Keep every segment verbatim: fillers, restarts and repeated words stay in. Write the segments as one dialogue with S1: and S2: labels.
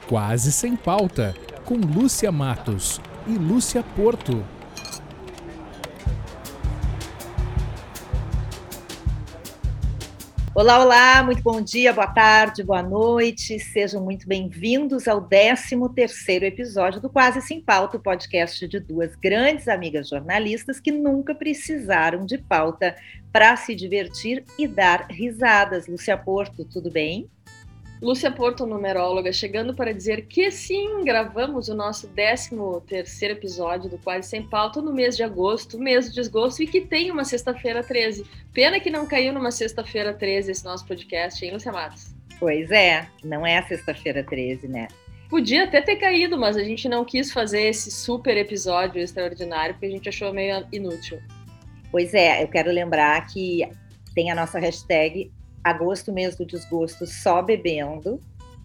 S1: Quase Sem Pauta, com Lúcia Matos e Lúcia Porto.
S2: Olá, olá, muito bom dia, boa tarde, boa noite, sejam muito bem-vindos ao décimo terceiro episódio do Quase Sem Pauta, o podcast de duas grandes amigas jornalistas que nunca precisaram de pauta para se divertir e dar risadas. Lúcia Porto, tudo bem?
S3: Lúcia Porto, numeróloga, chegando para dizer que sim, gravamos o nosso décimo terceiro episódio do Quase Sem Pauta no mês de agosto, mês do desgosto, e que tem uma sexta-feira treze. Pena que não caiu numa sexta-feira treze esse nosso podcast, hein, Lúcia Matos?
S2: Pois é, não é a sexta-feira treze, né?
S3: Podia até ter caído, mas a gente não quis fazer esse super episódio extraordinário porque a gente achou meio inútil.
S2: Pois é, eu quero lembrar que tem a nossa hashtag Agosto, mês do desgosto, só bebendo,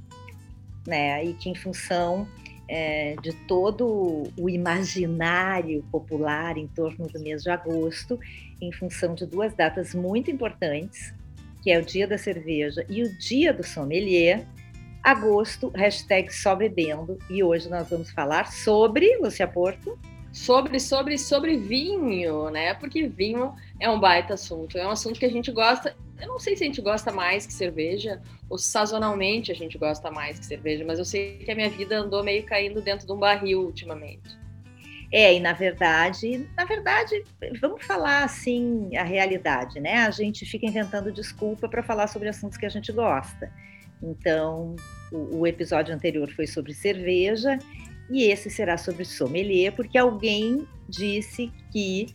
S2: né? E que em função é, de todo o imaginário popular em torno do mês de agosto, em função de duas datas muito importantes, que é o Dia da Cerveja e o Dia do Sommelier, agosto, hashtag só bebendo, e hoje nós vamos falar sobre, Lúcia Porto,
S3: Sobre, sobre, sobre vinho, né? Porque vinho é um baita assunto, é um assunto que a gente gosta. Eu não sei se a gente gosta mais que cerveja, ou sazonalmente a gente gosta mais que cerveja, mas eu sei que a minha vida andou meio caindo dentro de um barril ultimamente.
S2: É, e na verdade, na verdade, vamos falar assim a realidade, né? A gente fica inventando desculpa para falar sobre assuntos que a gente gosta. Então, o, o episódio anterior foi sobre cerveja, e esse será sobre sommelier, porque alguém disse que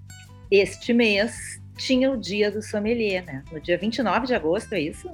S2: este mês tinha o dia do sommelier, né? No dia vinte e nove de agosto, é isso?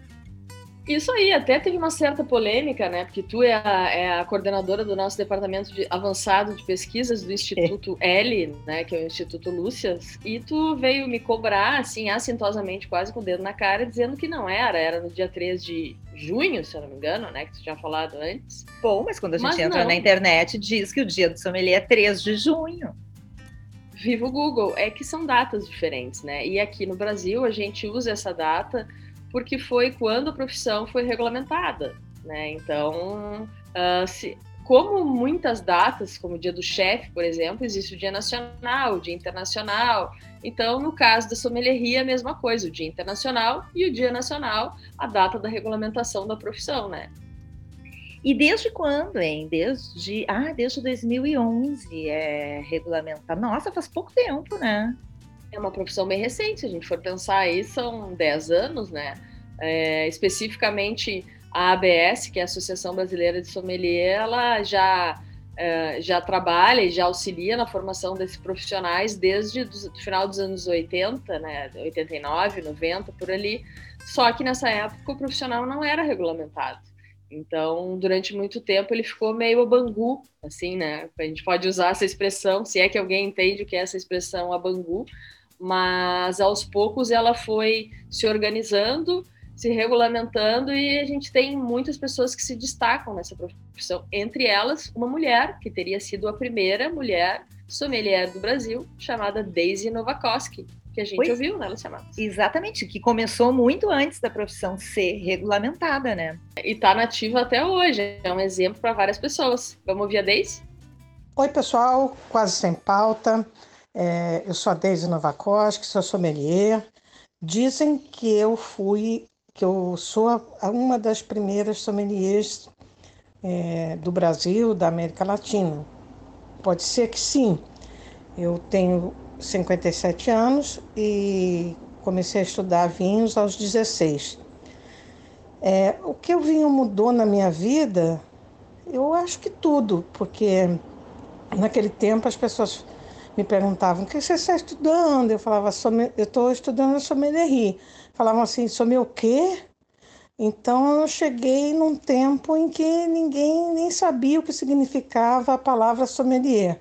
S3: Isso aí, até teve uma certa polêmica, né? Porque tu é a, é a coordenadora do nosso departamento de avançado de pesquisas do Instituto é. L, né? Que é o Instituto Lúcias, e tu veio me cobrar, assim, assintosamente, quase com o dedo na cara, dizendo que não era, era no dia três de junho, se eu não me engano, né? Que tu tinha falado antes.
S2: Bom, mas quando a gente
S3: mas
S2: entra
S3: não.
S2: na internet, diz que o dia do sommelier é três de junho.
S3: Viva o Google, é que são datas diferentes, né? E aqui no Brasil a gente usa essa data porque foi quando a profissão foi regulamentada, né? Então, uh, se, como muitas datas, como o Dia do Chefe, por exemplo, existe o Dia Nacional, o Dia Internacional. Então, no caso da sommelieria, a mesma coisa, o Dia Internacional e o Dia Nacional, a data da regulamentação da profissão, né?
S2: E desde quando, hein? Desde, ah, desde dois mil e onze é regulamentar. Nossa, faz pouco tempo, né?
S3: É uma profissão bem recente, se a gente for pensar aí, são dez anos, né? É, especificamente a A B S, que é a Associação Brasileira de Sommelier, ela já, é, já trabalha e já auxilia na formação desses profissionais desde o final dos anos oitenta, né? oitenta e nove, noventa, por ali. Só que nessa época o profissional não era regulamentado. Então, durante muito tempo, ele ficou meio abangu, assim, né? A gente pode usar essa expressão, se é que alguém entende o que é essa expressão abangu, mas aos poucos ela foi se organizando, se regulamentando, e a gente tem muitas pessoas que se destacam nessa profissão, entre elas uma mulher, que teria sido a primeira mulher sommelier do Brasil, chamada Daisy Novakoski, que a gente pois, ouviu, né, Lúcia Matos?
S2: Exatamente, que começou muito antes da profissão ser regulamentada, né?
S3: E está nativa até hoje, é um exemplo para várias pessoas. Vamos ouvir a Daisy?
S4: Oi, pessoal, Quase Sem Pauta. É, eu sou a Daisy Novakoski, sou sommelier. Dizem que eu fui, que eu sou a, uma das primeiras sommeliers é, do Brasil, da América Latina. Pode ser que sim. Eu tenho cinquenta e sete anos e comecei a estudar vinhos aos dezesseis. É, o que o vinho mudou na minha vida, eu acho que tudo, porque naquele tempo as pessoas me perguntavam: o que você está estudando? Eu falava: eu estou estudando a sommelier. Falavam assim: sommelier o quê? Então eu cheguei num tempo em que ninguém nem sabia o que significava a palavra sommelier.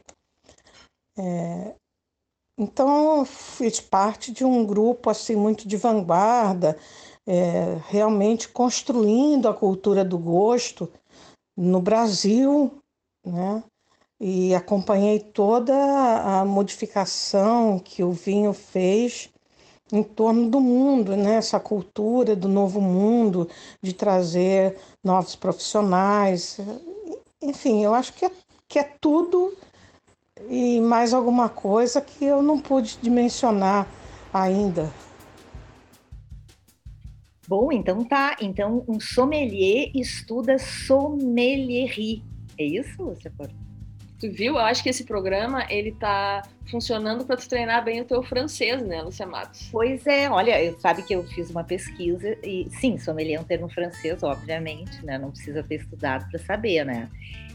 S4: É, então eu fiz parte de um grupo assim muito de vanguarda, é, realmente construindo a cultura do gosto no Brasil, né? E acompanhei toda a modificação que o vinho fez em torno do mundo, né? Essa cultura do novo mundo, de trazer novos profissionais. Enfim, eu acho que é, que é tudo e mais alguma coisa que eu não pude dimensionar ainda.
S2: Bom, então tá. Então, um sommelier estuda sommelierie. É isso, Lúcia Porto?
S3: Tu viu? Eu acho que esse programa, ele tá funcionando para tu treinar bem o teu francês, né, Lúcia Matos?
S2: Pois é, olha, eu sabe que eu fiz uma pesquisa e sim, sommelier é um termo francês, obviamente, né? Não precisa ter estudado para saber, né?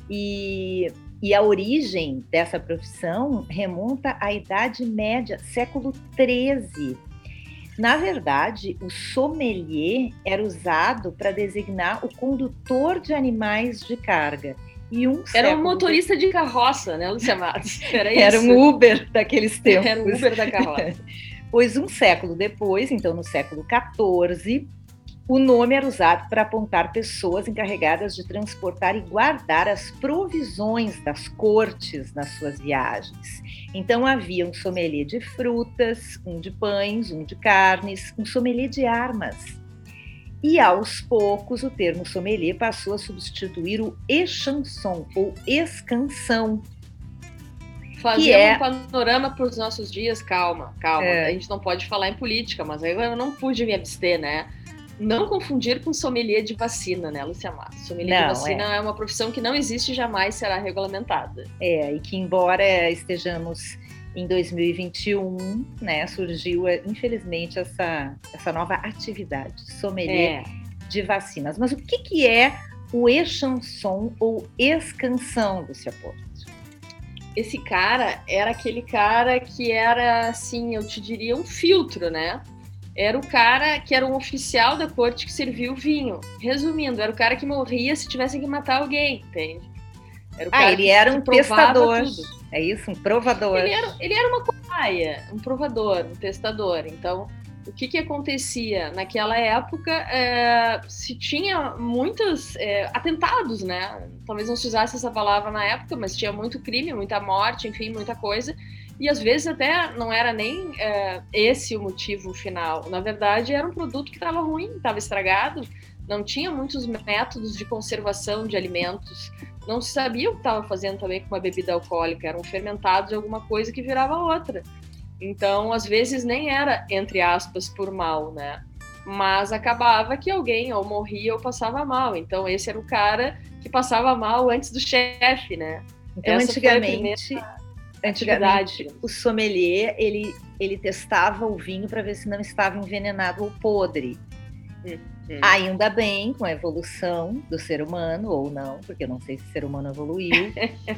S2: E, e a origem dessa profissão remonta à Idade Média, século treze. Na verdade, o sommelier era usado para designar o condutor de animais de carga. E um
S3: era um motorista de... de carroça, né, Lúcia Matos?
S2: Era, era um Uber daqueles tempos.
S3: Era um Uber da carroça.
S2: Pois um século depois, então no século quatorze, o nome era usado para apontar pessoas encarregadas de transportar e guardar as provisões das cortes nas suas viagens. Então havia um sommelier de frutas, um de pães, um de carnes, um sommelier de armas. E aos poucos o termo sommelier passou a substituir o échanson ou escansão.
S3: Fazer é... um panorama para os nossos dias, calma, calma. É. A gente não pode falar em política, mas eu não pude me abster, né? Não confundir com sommelier de vacina, né, Lúcia Matos? Sommelier não, de vacina é. é uma profissão que não existe e jamais será regulamentada.
S2: É, e que embora estejamos em dois mil e vinte e um, né, surgiu, infelizmente, essa, essa nova atividade, sommelier é. de vacinas. Mas o que, que é o échanson ou escansão, Lúcia Porto?
S3: Esse cara era aquele cara que era, assim, eu te diria, um filtro, né? Era o cara que era um oficial da corte que serviu o vinho. Resumindo, era o cara que morria se tivessem que matar alguém, entende?
S2: Era o cara ah, ele que, era um testador. Tudo. É isso, um provador.
S3: Ele era, ele era uma cobaia, um provador, um testador. Então, o que, que acontecia? Naquela época, é, se tinha muitos é, atentados, né? Talvez não se usasse essa palavra na época, mas tinha muito crime, muita morte, enfim, muita coisa. E às vezes até não era nem é, esse o motivo final. Na verdade, era um produto que estava ruim, estava estragado, não tinha muitos métodos de conservação de alimentos, não se sabia o que estava fazendo também com uma bebida alcoólica, eram fermentados de alguma coisa que virava outra. Então, às vezes, nem era, entre aspas, por mal, né? Mas acabava que alguém ou morria ou passava mal. Então, esse era o cara que passava mal antes do chefe, né?
S2: Então, Essa antigamente... Antigamente, o sommelier, ele, ele testava o vinho para ver se não estava envenenado ou podre. Hum, hum. Ainda bem, com a evolução do ser humano, ou não, porque eu não sei se o ser humano evoluiu,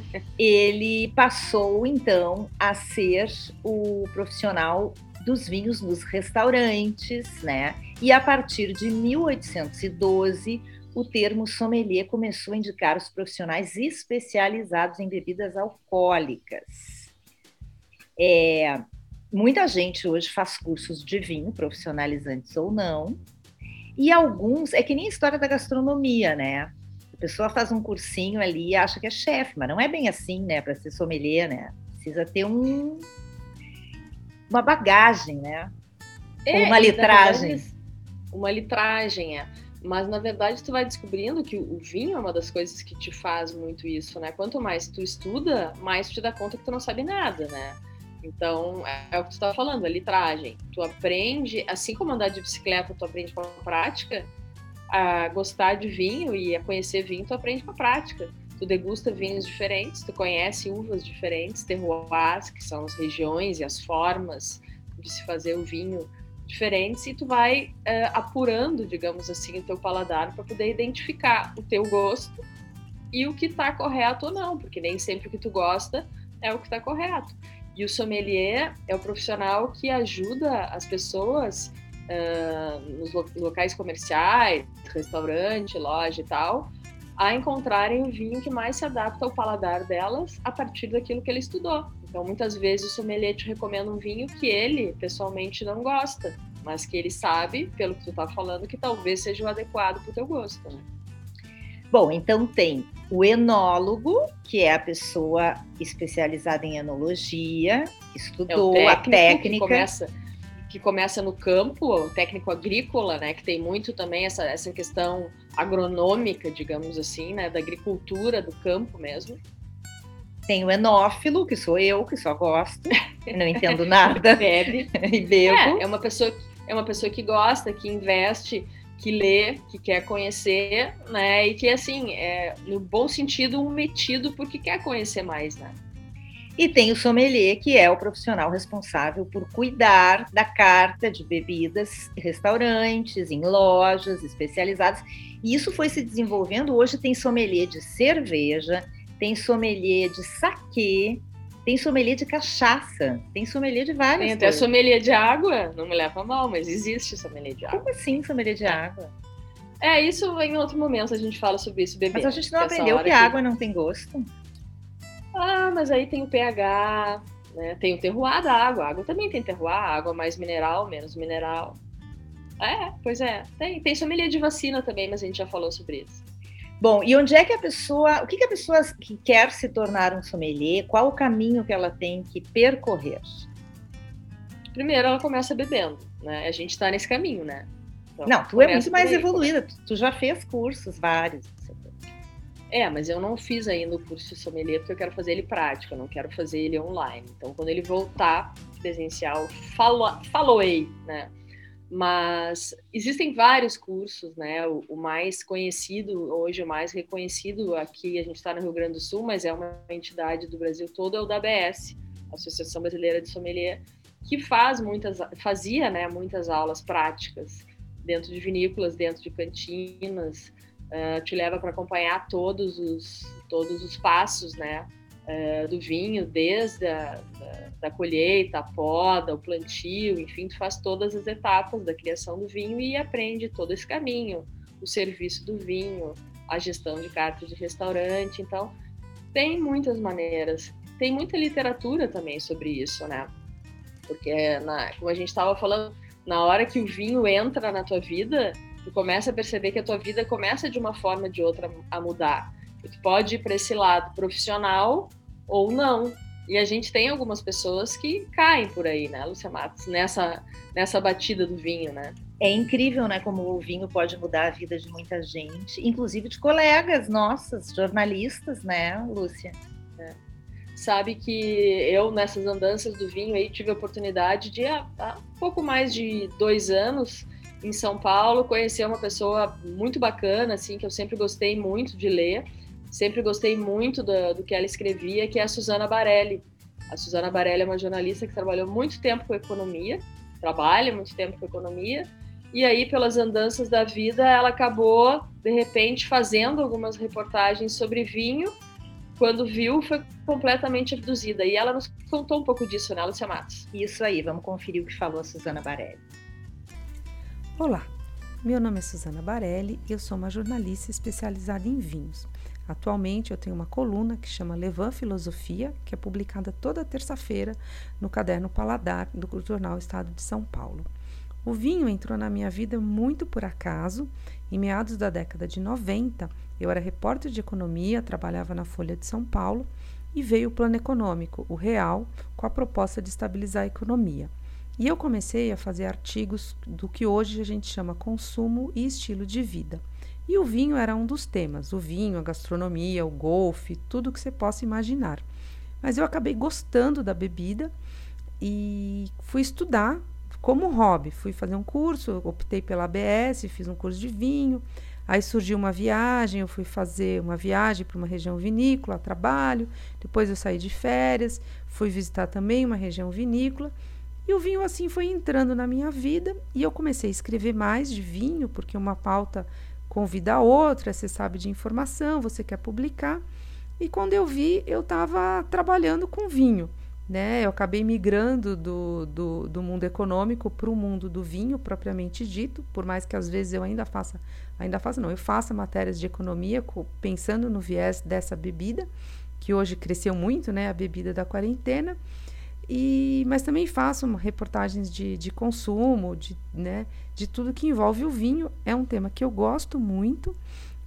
S2: ele passou, então, a ser o profissional dos vinhos nos restaurantes, né? E a partir de mil oitocentos e doze, o termo sommelier começou a indicar os profissionais especializados em bebidas alcoólicas. É, muita gente hoje faz cursos de vinho, profissionalizantes ou não, e alguns, é que nem a história da gastronomia, né? A pessoa faz um cursinho ali e acha que é chefe, mas não é bem assim, né? Para ser sommelier, né? Precisa ter um, uma bagagem, né?
S3: É,
S2: ou uma litragem.
S3: Verdade, uma litragem, é. Mas, na verdade, tu vai descobrindo que o vinho é uma das coisas que te faz muito isso, né? Quanto mais tu estuda, mais tu te dá conta que tu não sabe nada, né? Então, é o que tu tá falando, a litragem. Tu aprende, assim como andar de bicicleta, tu aprende com a prática, a gostar de vinho e a conhecer vinho, tu aprende com a prática. Tu degusta vinhos diferentes, tu conhece uvas diferentes, terroirs, que são as regiões e as formas de se fazer o vinho diferentes, e tu vai uh, apurando, digamos assim, o teu paladar para poder identificar o teu gosto e o que tá correto ou não, porque nem sempre o que tu gosta é o que tá correto. E o sommelier é o profissional que ajuda as pessoas uh, nos lo- locais comerciais, restaurante, loja e tal, a encontrarem o vinho que mais se adapta ao paladar delas a partir daquilo que ele estudou. Então, muitas vezes, o sommelier te recomenda um vinho que ele, pessoalmente, não gosta, mas que ele sabe, pelo que tu tá falando, que talvez seja o adequado pro teu gosto, né?
S2: Bom, então tem o enólogo, que é a pessoa especializada em enologia, que estudou
S3: é
S2: a técnica.
S3: Que começa, que começa no campo, técnico agrícola, né, que tem muito também essa, essa questão agronômica, digamos assim, né, da agricultura, do campo mesmo.
S2: Tem o enófilo, que sou eu, que só gosto, não entendo nada.
S3: Bebe.
S2: E bebo.
S3: É, é uma pessoa, é uma pessoa que gosta, que investe, que lê, que quer conhecer, né, e que, assim, é, no bom sentido, um metido porque quer conhecer mais, né.
S2: E tem o sommelier, que é o profissional responsável por cuidar da carta de bebidas em restaurantes, em lojas especializadas. E isso foi se desenvolvendo. Hoje tem sommelier de cerveja, tem sommelier de saquê, tem sommelier de cachaça, tem sommelier de várias
S3: tem até
S2: coisas.
S3: Sommelier de água, não me leva a mal, mas existe sommelier de água.
S2: Como assim sommelier de água?
S3: É, isso em outro momento a gente fala sobre isso, bebendo.
S2: Mas a gente não aprendeu que, que água não tem gosto?
S3: Ah, mas aí tem o pH, né? Tem o terroir da água. A água também tem terroir, água mais mineral, menos mineral. É, pois é. Tem, tem sommelier de vacina também, mas a gente já falou sobre isso.
S2: Bom, e onde é que a pessoa... O que, que a pessoa que quer se tornar um sommelier, qual o caminho que ela tem que percorrer?
S3: Primeiro, ela começa bebendo, né? A gente tá nesse caminho, né? Então,
S2: não, tu é muito mais aí, evoluída. Tu, tu já fez cursos vários.
S3: É, mas eu não fiz ainda o curso de sommelier porque eu quero fazer ele prático, eu não quero fazer ele online. Então, quando ele voltar presencial, falo, falou-ei, né? Mas existem vários cursos, né? O, o mais conhecido, hoje o mais reconhecido aqui, a gente está no Rio Grande do Sul, mas é uma entidade do Brasil todo, é o da A B S, Associação Brasileira de Sommelier, que faz muitas, fazia, né, muitas aulas práticas dentro de vinícolas, dentro de cantinas. Uh, te leva para acompanhar todos os, todos os passos, né, uh, do vinho, desde a da, da colheita, a poda, o plantio, enfim, tu faz todas as etapas da criação do vinho e aprende todo esse caminho, o serviço do vinho, a gestão de carta de restaurante. Então, tem muitas maneiras. Tem muita literatura também sobre isso, né, porque, na, como a gente estava falando, na hora que o vinho entra na tua vida, tu começa a perceber que a tua vida começa de uma forma ou de outra a mudar. E tu pode ir para esse lado profissional ou não. E a gente tem algumas pessoas que caem por aí, né, Lúcia Matos, nessa, nessa batida do vinho, né?
S2: É incrível, né, como o vinho pode mudar a vida de muita gente, inclusive de colegas nossas, jornalistas, né, Lúcia?
S3: É. Sabe que eu, nessas andanças do vinho, aí tive a oportunidade de, há, há pouco mais de dois anos, em São Paulo, conhecer uma pessoa muito bacana, assim, que eu sempre gostei muito de ler, sempre gostei muito do, do que ela escrevia, que é a Suzana Barelli. A Suzana Barelli é uma jornalista que trabalhou muito tempo com economia, trabalha muito tempo com economia, e aí, pelas andanças da vida, ela acabou, de repente, fazendo algumas reportagens sobre vinho. Quando viu, foi completamente abduzida. E ela nos contou um pouco disso, né, Lúcia Matos?
S2: Isso aí, vamos conferir o que falou a Suzana Barelli.
S5: Olá, meu nome é Suzana Barelli e eu sou uma jornalista especializada em vinhos. Atualmente eu tenho uma coluna que chama Levan Filosofia, que é publicada toda terça-feira no Caderno Paladar do Jornal Estado de São Paulo. O vinho entrou na minha vida muito por acaso. Em meados da década de noventa, eu era repórter de economia, trabalhava na Folha de São Paulo e veio o Plano Econômico, o Real, com a proposta de estabilizar a economia. E eu comecei a fazer artigos do que hoje a gente chama consumo e estilo de vida. E o vinho era um dos temas, o vinho, a gastronomia, o golfe, tudo que você possa imaginar. Mas eu acabei gostando da bebida e fui estudar como hobby. Fui fazer um curso, optei pela A B S, fiz um curso de vinho. Aí surgiu uma viagem, eu fui fazer uma viagem para uma região vinícola, a trabalho. Depois eu saí de férias, fui visitar também uma região vinícola. E o vinho assim foi entrando na minha vida e eu comecei a escrever mais de vinho, porque uma pauta convida a outra, você sabe de informação, você quer publicar. E quando eu vi, eu estava trabalhando com vinho, né? Eu acabei migrando do, do, do mundo econômico para o mundo do vinho, propriamente dito, por mais que às vezes eu ainda faça, ainda faça não, eu faça matérias de economia pensando no viés dessa bebida, que hoje cresceu muito, né? A bebida da quarentena. E, mas também faço reportagens de, de consumo, de, né, de tudo que envolve o vinho. É um tema que eu gosto muito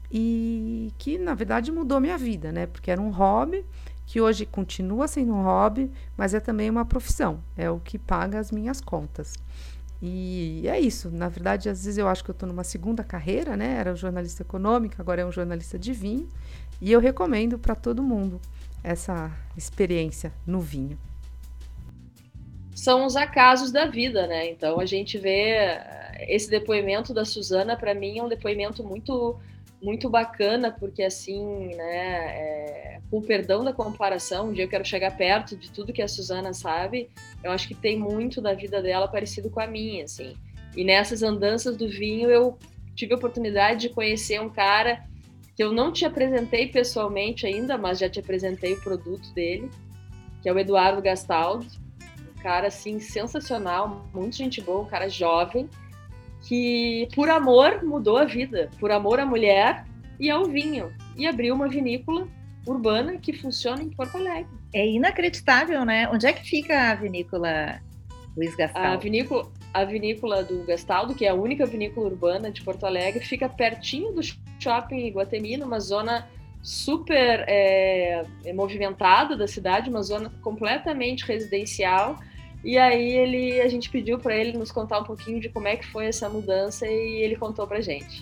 S5: e que, na verdade, mudou minha vida, né? Porque era um hobby, que hoje continua sendo um hobby, mas é também uma profissão. É o que paga as minhas contas. E é isso. Na verdade, às vezes eu acho que eu estou numa segunda carreira, né? Era jornalista econômica, agora é um jornalista de vinho. E eu recomendo para todo mundo essa experiência no vinho.
S3: São os acasos da vida, né? Então a gente vê esse depoimento da Suzana, para mim é um depoimento muito muito bacana, porque assim, né, é, com o perdão da comparação, um dia eu quero chegar perto de tudo que a Suzana sabe, eu acho que tem muito da vida dela parecido com a minha, assim. E nessas andanças do vinho eu tive a oportunidade de conhecer um cara que eu não te apresentei pessoalmente ainda, mas já te apresentei o produto dele, que é o Eduardo Gastaldo, um cara assim sensacional, muito gente boa, um cara jovem, que por amor mudou a vida, por amor à mulher e ao vinho, e abriu uma vinícola urbana que funciona em Porto Alegre.
S2: É inacreditável, né? Onde é que fica a vinícola Luiz Gastaldo?
S3: A vinícola, a vinícola do Gastaldo, que é a única vinícola urbana de Porto Alegre, fica pertinho do shopping Iguatemi, numa zona super é, movimentada da cidade, uma zona completamente residencial. E aí ele, a gente pediu para ele nos contar um pouquinho de como é que foi essa mudança e ele contou pra gente.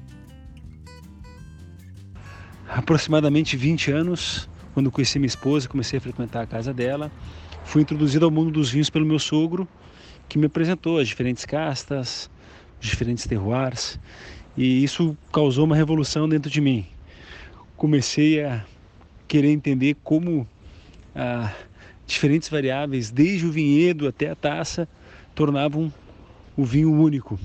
S6: Aproximadamente vinte anos, quando conheci minha esposa, comecei a frequentar a casa dela, fui introduzido ao mundo dos vinhos pelo meu sogro, que me apresentou as diferentes castas, os diferentes terroirs, e isso causou uma revolução dentro de mim. Comecei a querer entender como a diferentes variáveis, desde o vinhedo até a taça, tornavam o vinho único.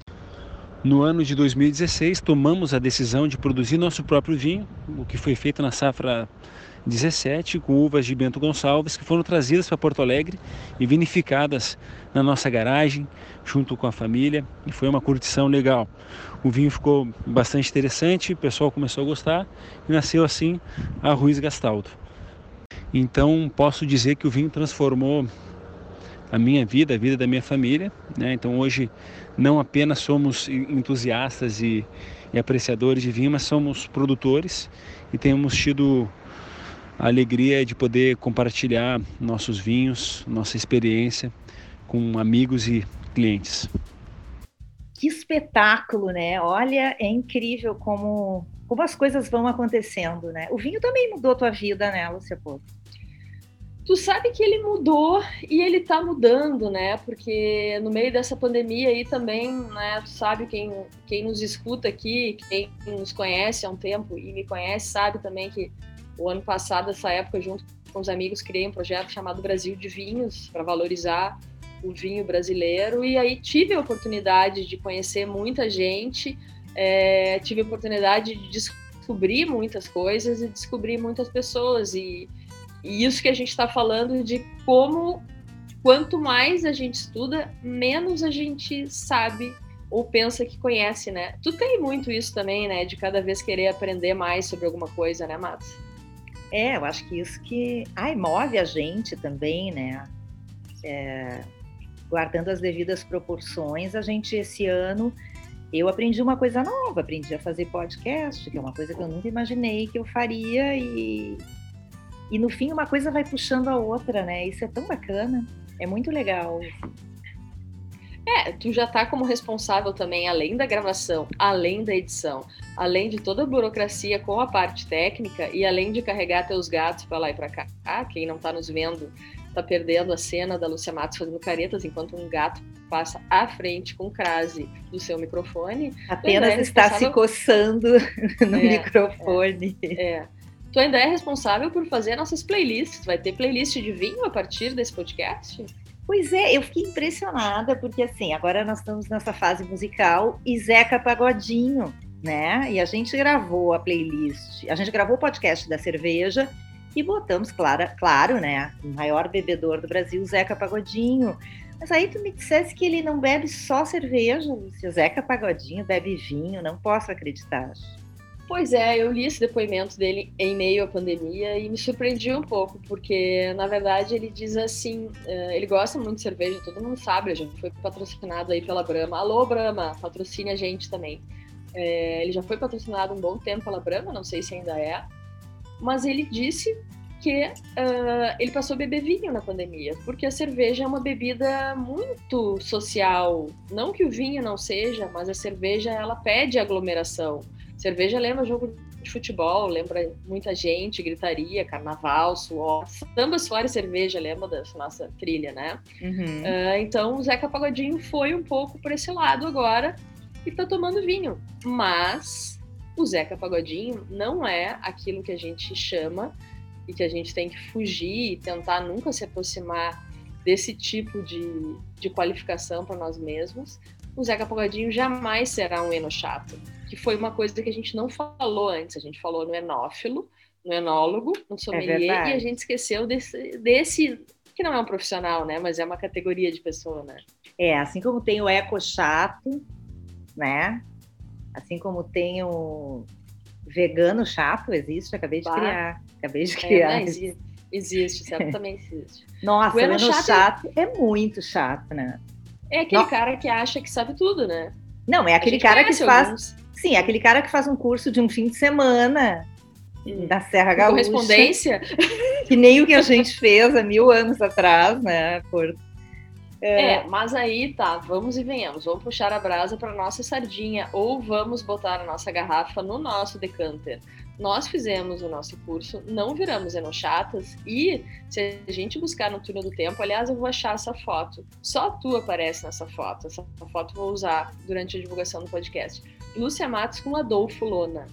S6: No ano de dois mil e dezesseis, tomamos a decisão de produzir nosso próprio vinho, o que foi feito na safra dezessete, com uvas de Bento Gonçalves, que foram trazidas para Porto Alegre e vinificadas na nossa garagem, junto com a família, e foi uma curtição legal. O vinho ficou bastante interessante, o pessoal começou a gostar, e nasceu assim a Ruiz Gastaldo. Então posso dizer que o vinho transformou a minha vida, a vida da minha família, né? Então hoje não apenas somos entusiastas e, e apreciadores de vinho, mas somos produtores e temos tido a alegria de poder compartilhar nossos vinhos, nossa experiência com amigos e clientes.
S2: Que espetáculo, né? Olha, é incrível como, como as coisas vão acontecendo, né? O vinho também mudou a tua vida, né, Lúcia Porto?
S3: Tu sabe que ele mudou e ele tá mudando, né? Porque no meio dessa pandemia aí também, né? Tu sabe, quem, quem nos escuta aqui, quem nos conhece há um tempo e me conhece, sabe também que o ano passado, essa época, junto com os amigos, criei um projeto chamado Brasil de Vinhos para valorizar o vinho brasileiro, e aí tive a oportunidade de conhecer muita gente, é, tive a oportunidade de descobrir muitas coisas e descobrir muitas pessoas, e E isso que a gente está falando de como, quanto mais a gente estuda, menos a gente sabe ou pensa que conhece, né? Tu tem muito isso também, né? De cada vez querer aprender mais sobre alguma coisa, né, Matos?
S2: É, eu acho que isso que ai, move a gente também, né? É, guardando as devidas proporções, a gente, esse ano, eu aprendi uma coisa nova, aprendi a fazer podcast, que é uma coisa que eu nunca imaginei que eu faria, e... E no fim uma coisa vai puxando a outra, né? Isso é tão bacana, é muito legal.
S3: É, tu já tá como responsável também, além da gravação, além da edição, além de toda a burocracia com a parte técnica e além de carregar teus gatos para lá e para cá. Ah, quem não tá nos vendo tá perdendo a cena da Lúcia Matos fazendo caretas enquanto um gato passa à frente com crase do seu microfone.
S2: Apenas está responsável... se coçando no é, microfone.
S3: É. é. Tu ainda é responsável por fazer nossas playlists. Vai ter playlist de vinho a partir desse podcast?
S2: Pois é, eu fiquei impressionada, porque assim, agora nós estamos nessa fase musical e Zeca Pagodinho, né? E a gente gravou a playlist, a gente gravou o podcast da cerveja e botamos, claro, claro, né? O maior bebedor do Brasil, Zeca Pagodinho. Mas aí tu me dissesse que ele não bebe só cerveja, Lúcia. Zeca Pagodinho bebe vinho, não posso acreditar.
S3: Pois é, eu li esse depoimento dele em meio à pandemia e me surpreendi um pouco, porque, na verdade, ele diz assim, ele gosta muito de cerveja, todo mundo sabe, ele já foi patrocinado aí pela Brahma. Alô, Brahma, patrocine a gente também. É, ele já foi patrocinado um bom tempo pela Brahma, não sei se ainda é, mas ele disse que uh, ele passou a beber vinho na pandemia, porque a cerveja é uma bebida muito social. Não que o vinho não seja, mas a cerveja, ela pede aglomeração. Cerveja lembra jogo de futebol, lembra muita gente, gritaria, carnaval, suor. Samba, suor e cerveja, lembra dessa nossa trilha, né?
S2: Uhum.
S3: Uh, então o Zeca Pagodinho foi um pouco por esse lado agora e tá tomando vinho. Mas o Zeca Pagodinho não é aquilo que a gente chama e que a gente tem que fugir e tentar nunca se aproximar desse tipo de, de qualificação para nós mesmos. O Zeca Pagodinho jamais será um enochato, que foi uma coisa que a gente não falou antes. A gente falou no enófilo, no enólogo, no sommelier,
S2: É
S3: e a gente esqueceu desse, desse, que não é um profissional, né? Mas é uma categoria de pessoa, né?
S2: É, assim como tem o eco-chato, né? Assim como tem o vegano chato, existe, acabei de
S3: Bah.
S2: criar. Acabei de criar.
S3: É, não, existe, existe, certamente existe.
S2: Nossa, o
S3: O enochato
S2: enochato é muito chato, né?
S3: É aquele
S2: Nossa.
S3: cara que acha que sabe tudo, né?
S2: Não, é
S3: A
S2: aquele
S3: gente
S2: cara que
S3: conhece
S2: faz...
S3: alguns.
S2: Sim, é aquele cara que faz um curso de um fim de semana
S3: Hum.
S2: da Serra
S3: Com
S2: Gaúcha.
S3: correspondência.
S2: Que nem o que a gente fez há mil anos atrás, né? Por...
S3: É, mas aí tá, vamos e venhamos. Vamos puxar a brasa para nossa sardinha ou vamos botar a nossa garrafa no nosso decanter. Nós fizemos o nosso curso, não viramos enochatas e se a gente buscar no túnel do tempo, aliás, eu vou achar essa foto. Só tu aparece nessa foto. Essa foto eu vou usar durante a divulgação do podcast. Lúcia Matos com Adolfo Lona.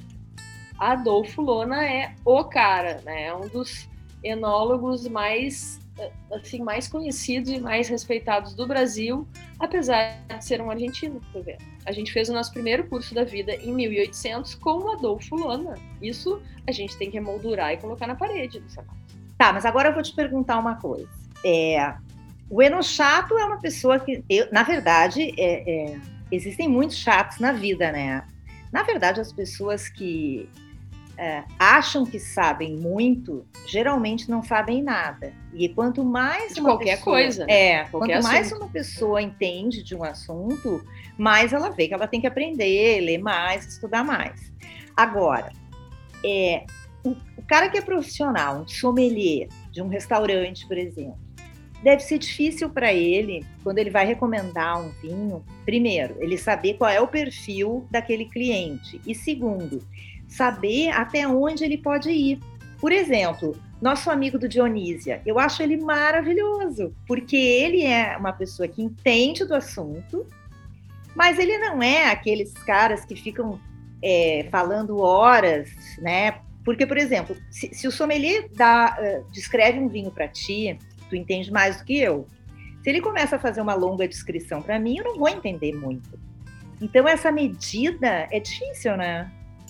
S3: Adolfo Lona é o cara, né? É um dos enólogos mais, assim, mais conhecidos e mais respeitados do Brasil, apesar de ser um argentino, por ver. A gente fez o nosso primeiro curso da vida em mil e oitocentos com o Adolfo Lona. Isso a gente tem que emoldurar e colocar na parede, Lúcia Matos.
S2: Tá, mas agora eu vou te perguntar uma coisa. É, o enochato é uma pessoa que, eu, na verdade, é, é, existem muitos chatos na vida, né? Na verdade, as pessoas que é, acham que sabem muito, geralmente não sabem nada. E quanto mais
S3: de
S2: uma
S3: qualquer
S2: pessoa,
S3: coisa,
S2: é,
S3: qualquer
S2: quanto mais
S3: assunto.
S2: uma pessoa entende de um assunto, mais ela vê que ela tem que aprender, ler mais, estudar mais. Agora, é, o, o cara que é profissional, um sommelier de um restaurante, por exemplo, deve ser difícil para ele, quando ele vai recomendar um vinho, primeiro, ele saber qual é o perfil daquele cliente. E segundo, saber até onde ele pode ir. Por exemplo, nosso amigo do Dionísia, eu acho ele maravilhoso, porque ele é uma pessoa que entende do assunto, mas ele não é aqueles caras que ficam é, falando horas, né? Porque, por exemplo, se, se o sommelier dá, uh, descreve um vinho para ti, tu entende mais do que eu. Se ele começa a fazer uma longa descrição para mim, eu não vou entender muito. Então, essa medida é difícil, né?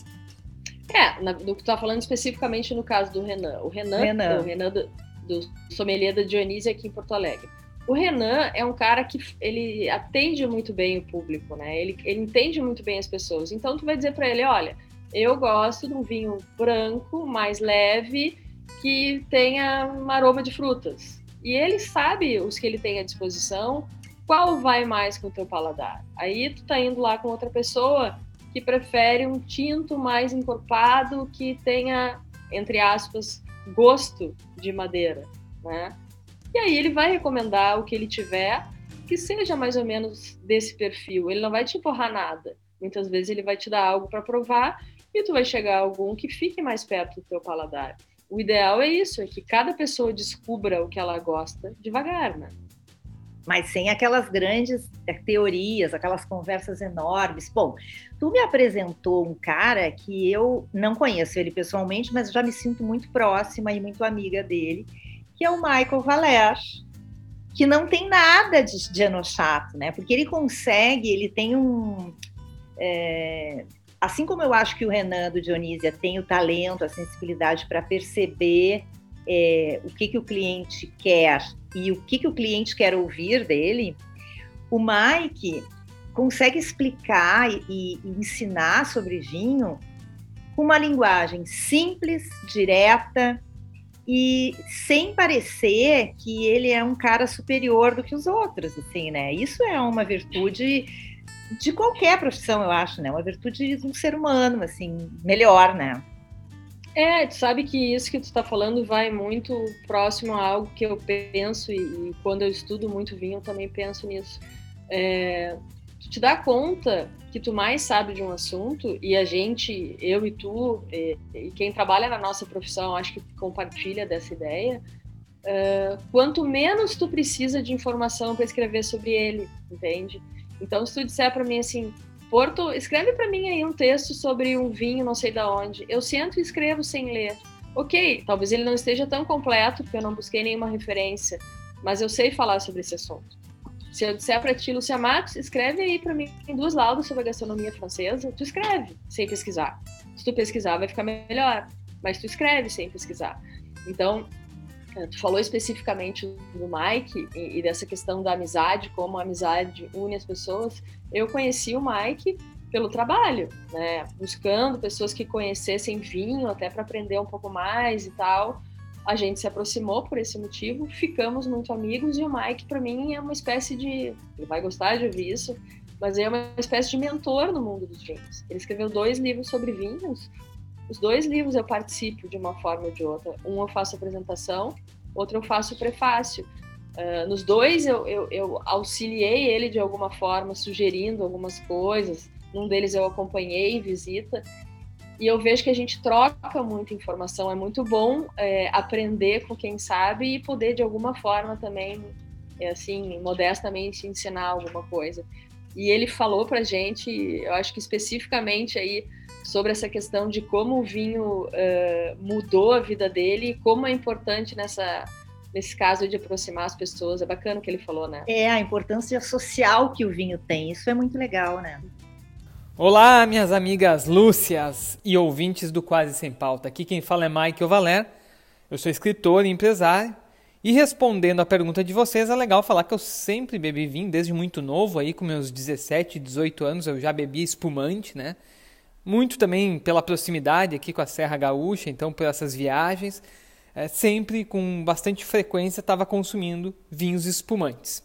S3: É, na, do que tu tá falando especificamente no caso do Renan. O Renan,
S2: Renan.
S3: O Renan do, do sommelier da Dionísia aqui em Porto Alegre. O Renan é um cara que ele atende muito bem o público, né? Ele, ele entende muito bem as pessoas. Então, tu vai dizer para ele, olha, eu gosto de um vinho branco, mais leve, que tenha um aroma de frutas. E ele sabe os que ele tem à disposição, qual vai mais com o teu paladar. Aí tu tá indo lá com outra pessoa que prefere um tinto mais encorpado, que tenha, entre aspas, gosto de madeira, né? E aí ele vai recomendar o que ele tiver, que seja mais ou menos desse perfil. Ele não vai te empurrar nada. Muitas vezes ele vai te dar algo para provar e tu vai chegar a algum que fique mais perto do teu paladar. O ideal é isso, é que cada pessoa descubra o que ela gosta devagar, né?
S2: Mas sem aquelas grandes teorias, aquelas conversas enormes. Bom, tu me apresentou um cara que eu não conheço ele pessoalmente, mas já me sinto muito próxima e muito amiga dele, que é o Michael Valère, que não tem nada de, de enochato, né? Porque ele consegue, ele tem um... É, assim como eu acho que o Renan do Dionísia tem o talento, a sensibilidade para perceber é, o que, que o cliente quer e o que, que o cliente quer ouvir dele, o Mike consegue explicar e, e ensinar sobre vinho com uma linguagem simples, direta e sem parecer que ele é um cara superior do que os outros, assim, né? Isso é uma virtude de qualquer profissão, eu acho, né? Uma virtude de um ser humano, assim, melhor, né?
S3: É, tu sabe que isso que tu tá falando vai muito próximo a algo que eu penso e, e quando eu estudo muito vinho eu também penso nisso. É, tu te dá conta que tu mais sabe de um assunto e a gente, eu e tu, e, e quem trabalha na nossa profissão, acho que compartilha dessa ideia, uh, quanto menos tu precisa de informação para escrever sobre ele, entende? Então, se tu disser para mim assim, Porto, escreve para mim aí um texto sobre um vinho não sei da onde, eu sento e escrevo sem ler. Ok, talvez ele não esteja tão completo, porque eu não busquei nenhuma referência, mas eu sei falar sobre esse assunto. Se eu disser para ti, Lúcia Matos, escreve aí para mim duas laudas sobre a gastronomia francesa, tu escreve sem pesquisar. Se tu pesquisar, vai ficar melhor, mas tu escreve sem pesquisar. Então, tu falou especificamente do Mike e dessa questão da amizade, como a amizade une as pessoas. Eu conheci o Mike pelo trabalho, né? Buscando pessoas que conhecessem vinho, até para aprender um pouco mais e tal. A gente se aproximou por esse motivo, ficamos muito amigos e o Mike, para mim, é uma espécie de... Ele vai gostar de ouvir isso, mas é uma espécie de mentor no mundo dos vinhos. Ele escreveu dois livros sobre vinhos. Os dois livros eu participo de uma forma ou de outra. Um eu faço apresentação, outro eu faço prefácio. Uh, nos dois eu, eu, eu auxiliei ele de alguma forma, sugerindo algumas coisas. Num deles eu acompanhei visita. E eu vejo que a gente troca muita informação. É muito bom é, aprender com quem sabe e poder de alguma forma também, é, assim, modestamente ensinar alguma coisa. E ele falou pra gente, eu acho que especificamente aí, sobre essa questão de como o vinho uh, mudou a vida dele e como é importante nessa, nesse caso de aproximar as pessoas. É bacana o que ele falou, né?
S2: É, a importância social que o vinho tem. Isso é muito legal, né?
S7: Olá, minhas amigas Lúcias e ouvintes do Quase Sem Pauta. Aqui quem fala é Michael Valer. Eu sou escritor e empresário. E respondendo a pergunta de vocês, é legal falar que eu sempre bebi vinho desde muito novo. Aí com meus dezessete, dezoito anos eu já bebi espumante, né? Muito também pela proximidade aqui com a Serra Gaúcha, então por essas viagens, é, sempre com bastante frequência estava consumindo vinhos espumantes.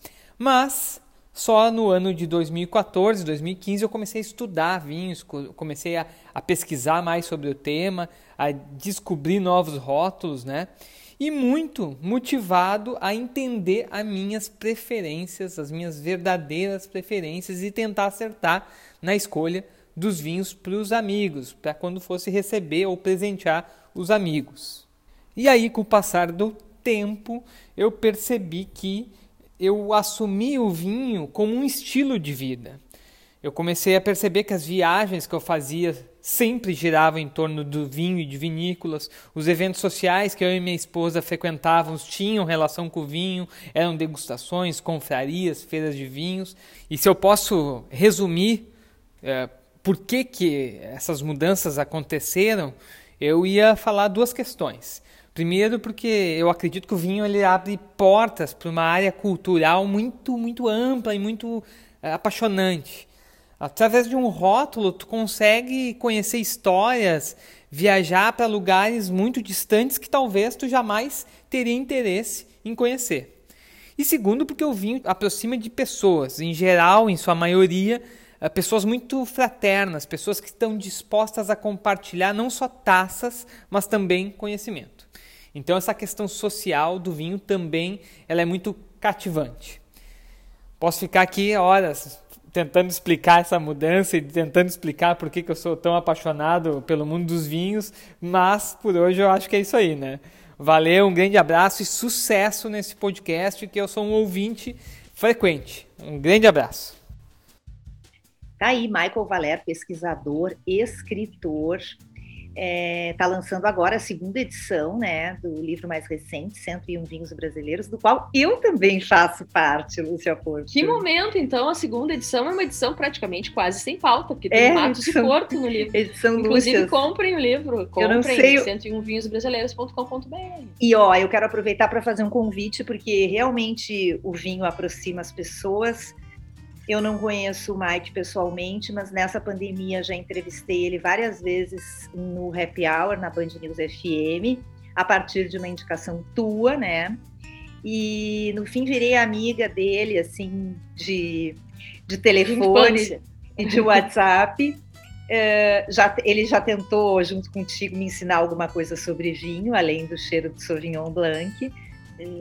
S7: Mas só no ano de dois mil e quatorze, dois mil e quinze eu comecei a estudar vinhos, comecei a, a pesquisar mais sobre o tema, a descobrir novos rótulos, né? E muito motivado a entender as minhas preferências, as minhas verdadeiras preferências e tentar acertar na escolha dos vinhos para os amigos, para quando fosse receber ou presentear os amigos. E aí, com o passar do tempo, eu percebi que eu assumi o vinho como um estilo de vida. Eu comecei a perceber que as viagens que eu fazia sempre giravam em torno do vinho e de vinícolas. Os eventos sociais que eu e minha esposa frequentávamos tinham relação com o vinho, eram degustações, confrarias, feiras de vinhos. E se eu posso resumir é, por que, que essas mudanças aconteceram, eu ia falar duas questões. Primeiro, porque eu acredito que o vinho ele abre portas para uma área cultural muito, muito ampla e muito é, apaixonante. Através de um rótulo, tu consegue conhecer histórias, viajar para lugares muito distantes que talvez tu jamais teria interesse em conhecer. E segundo, porque o vinho aproxima de pessoas, em geral, em sua maioria, pessoas muito fraternas, pessoas que estão dispostas a compartilhar não só taças, mas também conhecimento. Então essa questão social do vinho também ela é muito cativante. Posso ficar aqui horas tentando explicar essa mudança e tentando explicar por que, que eu sou tão apaixonado pelo mundo dos vinhos, mas por hoje eu acho que é isso aí, né? Valeu, um grande abraço e sucesso nesse podcast, que eu sou um ouvinte frequente. Um grande abraço.
S2: Tá aí, Michael Valer, pesquisador, escritor, está é, lançando agora a segunda edição, né, do livro mais recente, cento e um Vinhos Brasileiros, do qual eu também faço parte, Lúcia Porto.
S3: Que momento, então, a segunda edição é uma edição praticamente quase sem pauta, porque tem é, Matos edição, e Porto no livro.
S2: Edição
S3: Inclusive,
S2: Lúcias.
S3: Comprem o livro, comprem cento e um vinhos brasileiros ponto com ponto b r.
S2: E, ó, eu quero aproveitar para fazer um convite, porque realmente o vinho aproxima as pessoas. Eu não conheço o Mike pessoalmente, mas nessa pandemia já entrevistei ele várias vezes no Happy Hour, na Band News F M, a partir de uma indicação tua, né? E no fim virei amiga dele, assim, de, de telefone e de WhatsApp. É, já, ele já tentou, junto contigo, me ensinar alguma coisa sobre vinho, além do cheiro do Sauvignon Blanc. Uhum.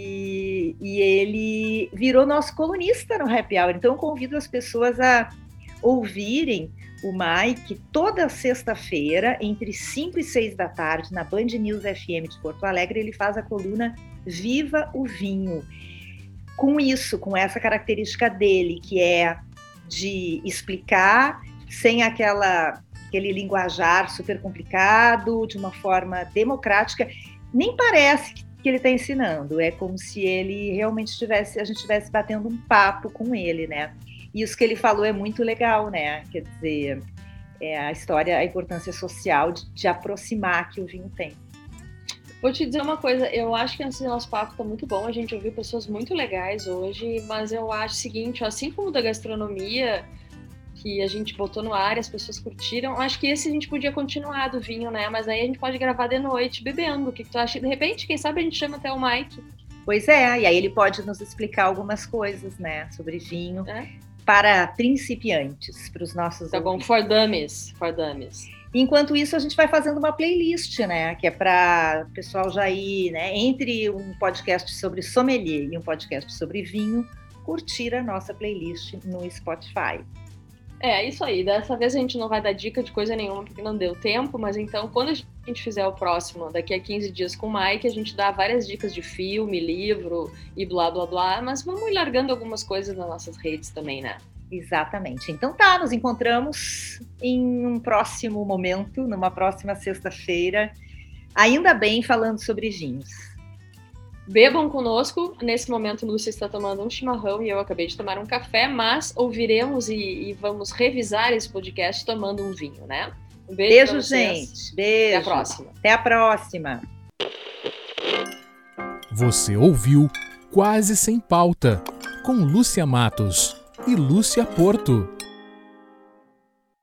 S2: E, e ele virou nosso colunista no Happy Hour. Então, eu convido as pessoas a ouvirem o Mike toda sexta-feira, entre cinco e seis da tarde, na Band News F M de Porto Alegre. Ele faz a coluna Viva o Vinho. Com isso, com essa característica dele, que é de explicar sem aquela, aquele linguajar super complicado, de uma forma democrática. Nem parece que ele está ensinando, é como se ele realmente estivesse, a gente estivesse batendo um papo com ele, né? E isso que ele falou é muito legal, né? Quer dizer, é a história, a importância social de, de aproximar que o vinho tem.
S3: Vou te dizer uma coisa, eu acho que esse nosso papo está muito bom, a gente ouviu pessoas muito legais hoje, mas eu acho o seguinte, assim como da gastronomia, que a gente botou no ar e as pessoas curtiram, acho que esse a gente podia continuar do vinho, né? Mas aí a gente pode gravar de noite, bebendo. O que, que tu acha? De repente, quem sabe a gente chama até o Mike.
S2: Pois é, e aí ele pode nos explicar algumas coisas, né? Sobre vinho,
S3: é?
S2: Para principiantes, para os nossos
S3: Tá ouvintes. Bom, for dummies, for dummies.
S2: Enquanto isso, a gente vai fazendo uma playlist, né? Que é para o pessoal já ir, né? Entre um podcast sobre sommelier e um podcast sobre vinho, curtir a nossa playlist no Spotify.
S3: É, isso aí. Dessa vez a gente não vai dar dica de coisa nenhuma, porque não deu tempo, mas então, quando a gente fizer o próximo, daqui a quinze dias com o Mike, a gente dá várias dicas de filme, livro e blá, blá, blá, mas vamos ir largando algumas coisas nas nossas redes também, né?
S2: Exatamente. Então tá, nos encontramos em um próximo momento, numa próxima sexta-feira, ainda bem falando sobre vinhos.
S3: Bebam conosco. Nesse momento, Lúcia está tomando um chimarrão e eu acabei de tomar um café, mas ouviremos e, e vamos revisar esse podcast tomando um vinho, né? Um beijo,
S2: beijo gente. Beijo.
S3: Até a próxima.
S2: Até a próxima.
S1: Você ouviu Quase Sem Pauta, com Lúcia Matos e Lúcia Porto.